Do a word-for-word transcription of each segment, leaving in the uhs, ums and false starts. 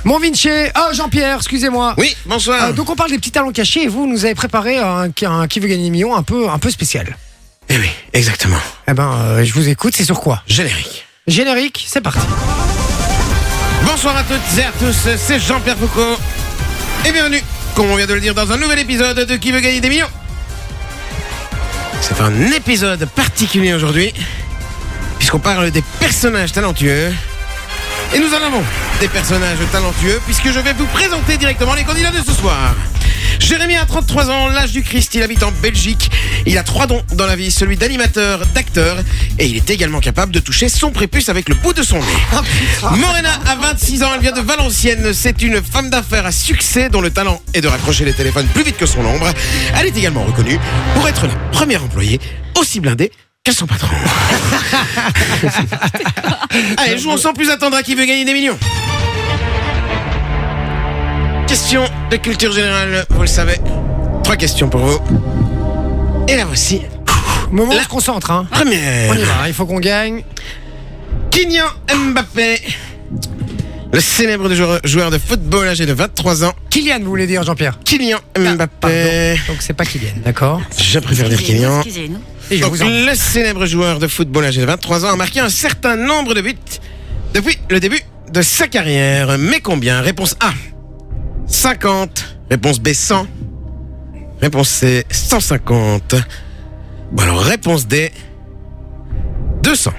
Mon Vinci, oh Jean-Pierre, excusez-moi. Oui, bonsoir. Euh, donc on parle des petits talents cachés et vous nous avez préparé un, un qui veut gagner des millions un peu, un peu spécial. Eh oui, exactement. Eh ben, euh, je vous écoute, c'est sur quoi? Générique. Générique, c'est parti. Bonsoir à toutes et à tous, c'est Jean-Pierre Foucault. Et bienvenue, comme on vient de le dire, dans un nouvel épisode de Qui veut gagner des millions. C'est un épisode particulier aujourd'hui, puisqu'on parle des personnages talentueux. Et nous en avons des personnages talentueux, puisque je vais vous présenter directement les candidats de ce soir. Jérémy a trente-trois ans, l'âge du Christ, il habite en Belgique. Il a trois dons dans la vie, celui d'animateur, d'acteur, et il est également capable de toucher son prépuce avec le bout de son nez. Morena a vingt-six ans, elle vient de Valenciennes. C'est une femme d'affaires à succès dont le talent est de raccrocher les téléphones plus vite que son ombre. Elle est également reconnue pour être la première employée aussi blindée que son patron. Allez, jouons sans plus attendre à Qui veut gagner des millions. Question de culture générale, vous le savez. Trois questions pour vous. Et là voici. Moment où La on se concentre, hein. Première. On y va, il faut qu'on gagne. Kylian Mbappé, le célèbre de joueur, joueur de football âgé de vingt-trois ans. Kylian, vous voulez dire Jean-Pierre? Kylian Ah, Mbappé. pardon. Donc c'est pas Kylian, d'accord. Je préfère dire Kylian. Excusez-nous. Et je Donc, vous en... le célèbre joueur de football âgé de vingt-trois ans a marqué un certain nombre de buts depuis le début de sa carrière. Mais combien? Réponse A, cinquante. Réponse B, cent. Réponse C, cent cinquante. Bon alors, réponse D, deux cents.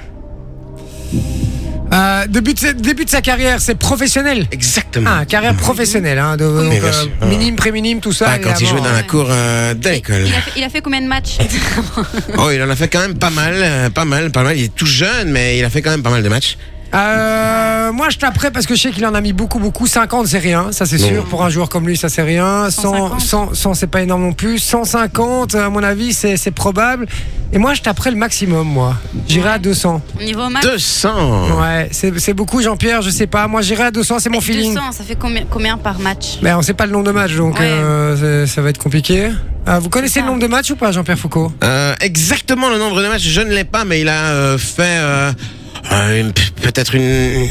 Euh, début, de, sa- début de sa carrière, c'est professionnel. Exactement. Ah, carrière professionnelle, hein, de, donc, bien euh, sûr. minime, pré-minime, tout ça. Ah, quand il évidemment. jouait dans la cour euh, de l'école. Il a, fait, il a fait combien de matchs? Oh, il en a fait quand même pas mal, euh, pas mal, pas mal. Il est tout jeune, mais il a fait quand même pas mal de matchs. Euh, moi, je taperais parce que je sais qu'il en a mis beaucoup, beaucoup. cinquante, c'est rien, ça c'est Non. sûr. Pour un joueur comme lui, ça c'est rien. cent, cent cinquante. cent, cent, c'est pas énorme non plus. cent cinquante, à mon avis, c'est, c'est probable. Et moi, je taperais le maximum, moi. J'irais à deux cents. Au niveau match, deux cents. Ouais, c'est, c'est beaucoup, Jean-Pierre, je sais pas. Moi, j'irais à deux cents, c'est mon feeling. deux cents, ça fait combien, combien par match? Mais on sait pas le nombre de matchs, donc Ouais. euh, c'est- ça va être compliqué. Euh, vous connaissez C'est le ça. nombre de matchs ou pas, Jean-Pierre Foucault? Euh, exactement le nombre de matchs, je ne l'ai pas, mais il a euh, fait euh, euh, une- peut-être une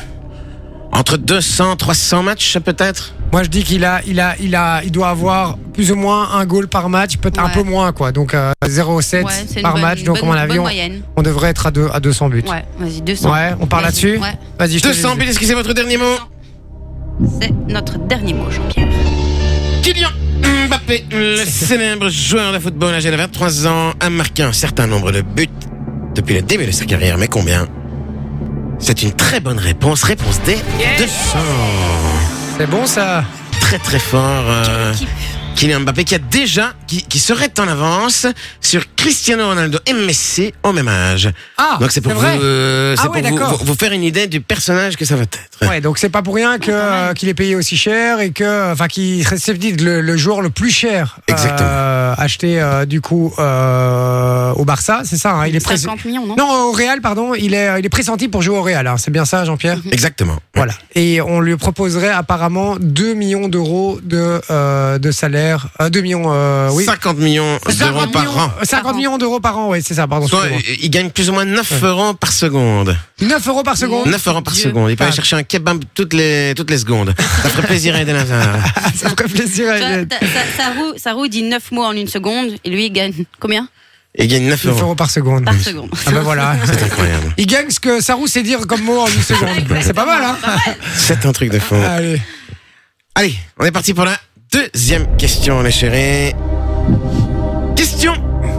entre deux cents, trois cents matchs peut-être. Moi, je dis qu'il a, il a, il a, il doit avoir plus ou moins un goal par match, peut-être un Ouais. peu moins, quoi. Donc euh, zéro virgule sept Ouais, c'est une par bonne- match. Donc, bonne- à mon avis, bonne on, moyenne. on devrait être à, deux, à deux cents buts. Ouais, vas-y, deux cents. Ouais, on parle Vas-y, là-dessus. Ouais, Vas-y, je te deux cents, laisse. est-ce que c'est votre dernier mot? c'est notre dernier mot, Jean-Pierre. Kylian Mbappé, le célèbre joueur de football âgé de vingt-trois ans, a marqué un certain nombre de buts depuis le début de sa carrière, mais combien? C'est une très bonne réponse, réponse D, deux cents. C'est bon, ça. Très très fort. euh, Équipe. Kylian Mbappé qui a déjà, qui, qui serait en avance sur Cristiano Ronaldo et Messi au même âge. Ah, Donc c'est pour, vous, vrai. euh, c'est Ah pour ouais, vous, d'accord. vous- vous faire une idée du personnage que ça va être. Ouais, donc c'est pas pour rien que, euh, qu'il est payé aussi cher et que, enfin, qu'il serait dit le, le joueur le plus cher Exactement. euh, acheté euh, du coup euh, au Barça, c'est ça. Hein, il est pré- cinquante millions, non? Non, au Real, pardon. Il est, il est pressenti pour jouer au Real. Hein, c'est bien ça, Jean-Pierre. Exactement. Voilà. Et on lui proposerait apparemment deux millions d'euros de, euh, de salaire. Euh, deux millions, euh, oui. cinquante millions d'euros cinquante par millions, an. cinquante Par an. millions d'euros par an, oui, c'est ça, pardon. Soit, excusez-moi. il gagne plus ou moins neuf euros par seconde. neuf euros par seconde. neuf euros par Dieu. seconde. Il peut aller Ah. chercher un kebab toutes les, toutes les secondes. Ça ferait plaisir à Eden Hazard. Ça ferait plaisir à Tu vois, Hélène. ta- ta- Sarou, Sarou dit neuf mots en une seconde et lui, il gagne combien? Il gagne neuf neuf euros. euros par seconde. Par seconde. Ah ben voilà. C'est incroyable. Il gagne ce que Sarou sait dire comme mot en une seconde. C'est pas mal, hein. C'est un truc de fond. Allez. Allez, on est parti pour la deuxième question, les chéris. Question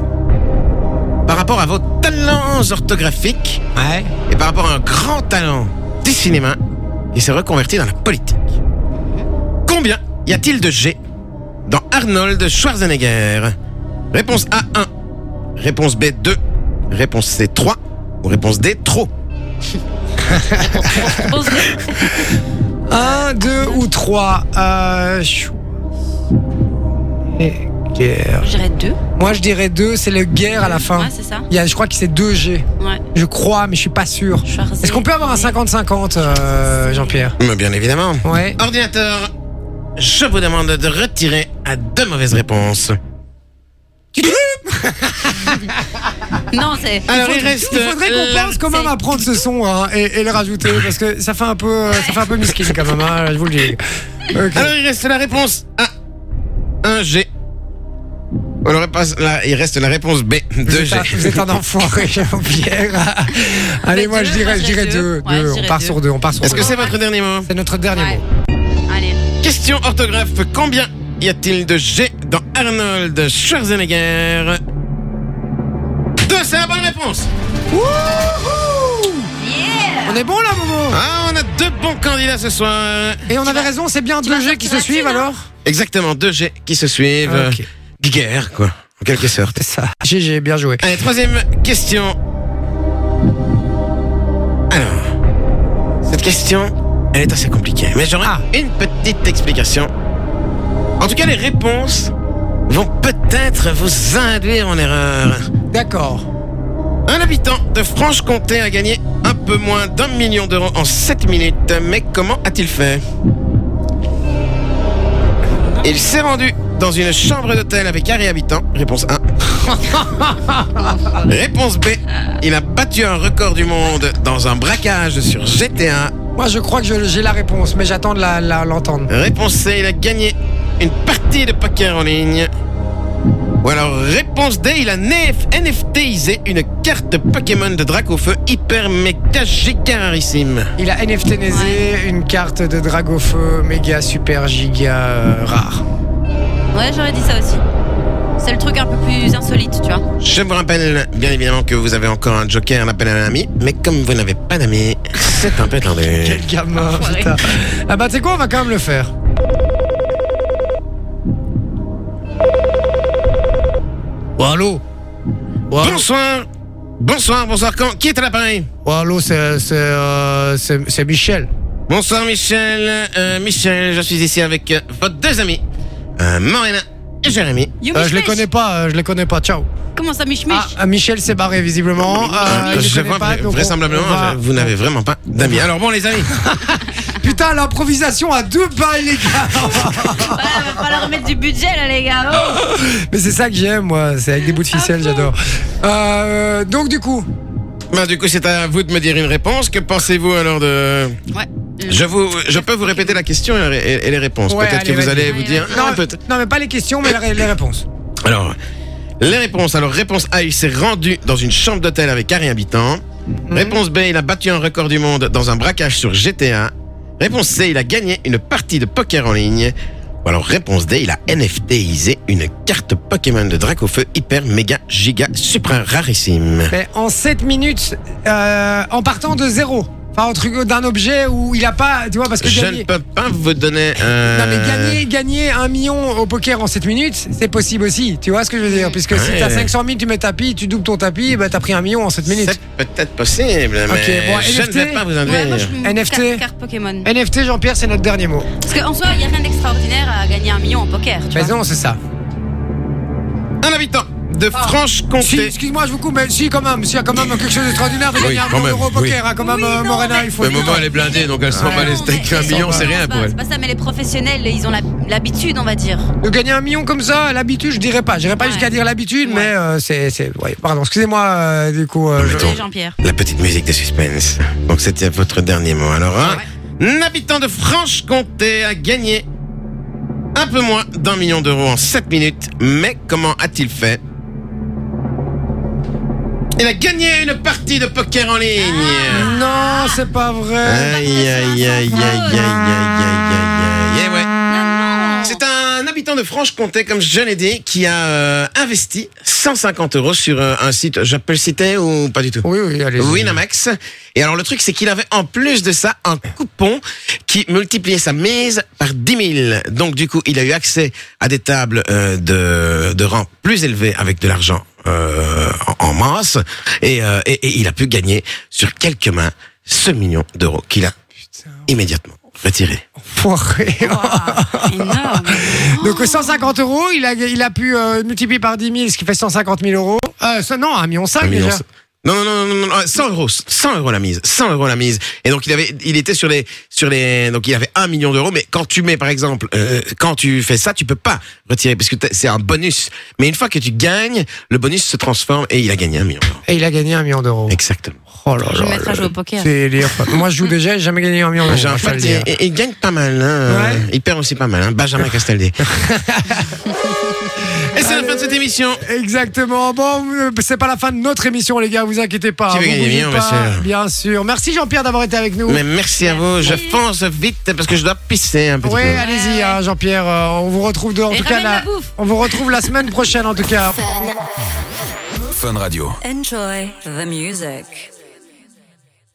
par rapport à vos talents orthographiques Ouais. et par rapport à un grand talent du cinéma qui s'est reconverti dans la politique. Combien y a-t-il de G dans Arnold Schwarzenegger? Réponse A, un. Réponse B, deux. Réponse C, trois. Ou réponse D, trop. Un, deux ou trois. Euh. chou- Et guerre. Je dirais deux. Moi, je dirais deux, c'est le guerre à la fin. Ouais, c'est ça. Il y a, je crois que c'est deux G. Ouais. Je crois, mais je suis pas sûr. Schwarzenegger. Est-ce qu'on peut avoir un cinquante cinquante, euh, Jean-Pierre? Mais bien évidemment. Ouais. Ordinateur, je vous demande de retirer à deux mauvaises réponses. Non, c'est. Alors, il reste. Il faudrait qu'on la- pense quand même à prendre ce son hein, et, et le rajouter parce que ça fait un peu, ça fait un peu miskin quand même. Hein, je vous le dis. Ok. Alors, il reste la réponse A. un G. On aurait pas, là, il reste la réponse B. Vous deux êtes, G. un, vous êtes un enfoiré, Jean-Pierre. Allez, Mais moi deux, je dirais, moi, je je dirais dirais deux. deux. Ouais, deux. je On dirais part deux. sur deux. On part sur Est-ce deux. que c'est votre dernier mot? C'est notre dernier Ouais. mot. Allez. Question orthographe. Combien y a-t-il de G dans Arnold Schwarzenegger? Deux, c'est la bonne réponse. On est bon là, Momo. Ah, on a deux bons candidats ce soir. Et on avait vas- raison, c'est bien tu deux vas G qui se sortir suivent là-dessus, alors. Exactement, deux G qui se suivent. Ok. Guerre, quoi, en quelque sorte. C'est ça. G G, bien joué. Allez, troisième question. Alors, cette question, elle est assez compliquée, mais j'aurai Ah. une petite explication. En tout cas, les réponses vont peut-être vous induire en erreur. D'accord. Un habitant de Franche-Comté a gagné un peu moins d'un million d'euros en sept minutes, mais comment a-t-il fait? Il s'est rendu dans une chambre d'hôtel avec un réhabitant. Réponse A. Réponse B. Il a battu un record du monde dans un braquage sur G T A. Moi, je crois que je- j'ai la réponse, mais j'attends de la- la- l'entendre. Réponse C. Il a gagné une partie de poker en ligne. Ou alors, réponse D. Il a N F Tisé une carte Pokémon de Dracofeu hyper méga giga rarissime. Il a N F T nésé Ouais. une carte de Dragofeu méga super giga euh, rare. Ouais, j'aurais dit ça aussi. C'est le truc un peu plus insolite, tu vois. Je vous rappelle bien évidemment que vous avez encore un joker, un appel à un ami, mais comme vous n'avez pas d'amis, c'est un peu tendu. Quel gamin, Enfoiré. putain. Ah bah, tu sais quoi, on va quand même le faire. Oh, allô. Oh, allô. Bonsoir. Bonsoir, bonsoir. Quand, qui est à l'appareil? Oh, allô, c'est c'est, euh, c'est- c'est Michel. Bonsoir Michel. Euh, Michel, je suis ici avec euh, vos deux amis, euh, Morena et Jérémy. You Euh, je les Mich-Mich. connais pas, euh, je les connais pas. Ciao. Comment ça, Mich-Mich? Ah, euh, Michel s'est barré visiblement. Euh, il les je connaît vois pas, vra- donc on- vraisemblablement, on va- je- vous n'avez vraiment pas d'amis. Alors bon les amis, Putain, l'improvisation à deux balles, les gars. Ouais, va falloir mettre du budget là, les gars. Oh. Mais c'est ça que j'aime, moi. C'est avec des bouts de ficelle, Ah bon j'adore. Euh, donc, du coup, bah, du coup c'est à vous de me dire une réponse. Que pensez-vous alors de... Ouais. Je, vous, je peux vous répéter la question et, et- et les réponses. Ouais, Peut-être allez, que vous vas-y. allez vous Allez, dire... vas-y. Ah, non, peut-être. non, mais pas les questions, mais les, les réponses. Alors, les réponses. Alors, réponse A, il s'est rendu dans une chambre d'hôtel avec un habitant. Mhm. Réponse B, il a battu un record du monde dans un braquage sur G T A. Réponse C, il a gagné une partie de poker en ligne. Ou alors, réponse D, il a N F Tisé une carte Pokémon de Dracofeu hyper méga giga super rarissime. Mais en sept minutes, euh, en partant de zéro. Enfin, un truc d'un objet où il a pas. Tu vois, parce que Je gagner. ne peux pas vous donner un... Non, mais gagner, gagner un million au poker en sept minutes, c'est possible aussi. Tu vois ce que je veux dire? Puisque si Ouais. t'as cinq cent mille, tu mets tapis, tu doubles ton tapis, bah t'as pris un million en sept minutes. C'est peut-être possible, mais bon, je N F T, ne vais pas vous induire. Ouais, moi, je N F T. Carte, carte Pokémon. N F T, Jean-Pierre, c'est notre dernier mot. Parce qu'en soi, il n'y a rien d'extraordinaire à gagner un million en poker. Tu Mais vois. non, c'est ça. Un habitant de Si, Franche-Comté. excuse-moi, je vous coupe, mais si, quand même, s'il y a quand même quelque chose d'extraordinaire de Oui, gagner un quand million même, d'euros au oui. poker, hein, quand même, Oui, euh, non, Morena, mais- il faut Mais le dire. Momo, elle est blindée, donc elle se Ouais. rend pas les Non, steaks mais- un million, c'est rien c'est pour pas- elle. C'est pas ça, mais les professionnels, ils ont la- l'habitude, on va dire. De gagner un million comme ça, l'habitude, je dirais pas. J'irais pas Ouais. jusqu'à dire l'habitude, Ouais. mais euh, c'est. c'est- ouais, pardon, excusez-moi, euh, du coup. euh, je- Attends. Désolé, Jean-Pierre. La petite musique de suspense. Donc c'était votre dernier mot. Alors, un habitant de Franche-Comté a gagné un peu moins d'un million d'euros en sept minutes. Mais comment a-t-il fait? Il a gagné une partie de poker en ligne. Non, c'est pas vrai. Aïe, aïe, aïe, aïe, aïe, aïe, aïe, aïe, aïe. Eh ouais. Non, non. C'est un habitant de Franche-Comté, comme je l'ai dit, qui a euh, investi cent cinquante euros sur euh, un site, je peux le citer ou pas du tout? Oui, oui, allez. Winamax. Et alors le truc, c'est qu'il avait en plus de ça un coupon qui multipliait sa mise par dix mille. Donc du coup, il a eu accès à des tables euh, de, de rang plus élevés avec de l'argent euh, en, en masse. Et, euh, et, et il a pu gagner sur quelques mains ce million d'euros qu'il a immédiatement retiré. Foiré. Wow, énorme. Donc cent cinquante euros, il a, il a pu euh, multiplier par dix mille, ce qui fait cent cinquante mille euros. Euh, ça, non, un million cinq Un million déjà. cinq. Non, non, non, non, non, cent euros, cent euros la mise, cent euros la mise. Et donc, il avait, il était sur les, sur les, donc il avait un million d'euros, mais quand tu mets, par exemple, euh, quand tu fais ça, tu peux pas retirer, parce que t'as- c'est un bonus. Mais une fois que tu gagnes, le bonus se transforme et il a gagné un million d'euros. Et il a gagné un million d'euros. Exactement. Oh là Je vais là me mettre à là. jouer au poker. C'est lire. Moi, je joue déjà, j'ai jamais gagné un million d'euros. J'ai- En je dois fait, le dire. il, il- il gagne pas mal, hein. Ouais. Il perd aussi pas mal, hein. Benjamin Castaldi. Et c'est la fin de cette émission. Exactement. Bon, euh, c'est pas la fin de notre émission, les gars. Vous inquiétez pas. Qui hein, veut vous gagner bougez millions, pas, bien sûr. bien sûr. Merci Jean-Pierre d'avoir été avec nous. Mais merci à vous. Je fonce vite parce que je dois pisser un petit Oui, peu. allez-y, hein, Jean-Pierre. euh, on vous retrouve de, en Et tout cas ramène la, la bouffe. on vous retrouve la semaine prochaine en tout cas. Fun Radio. Enjoy the music.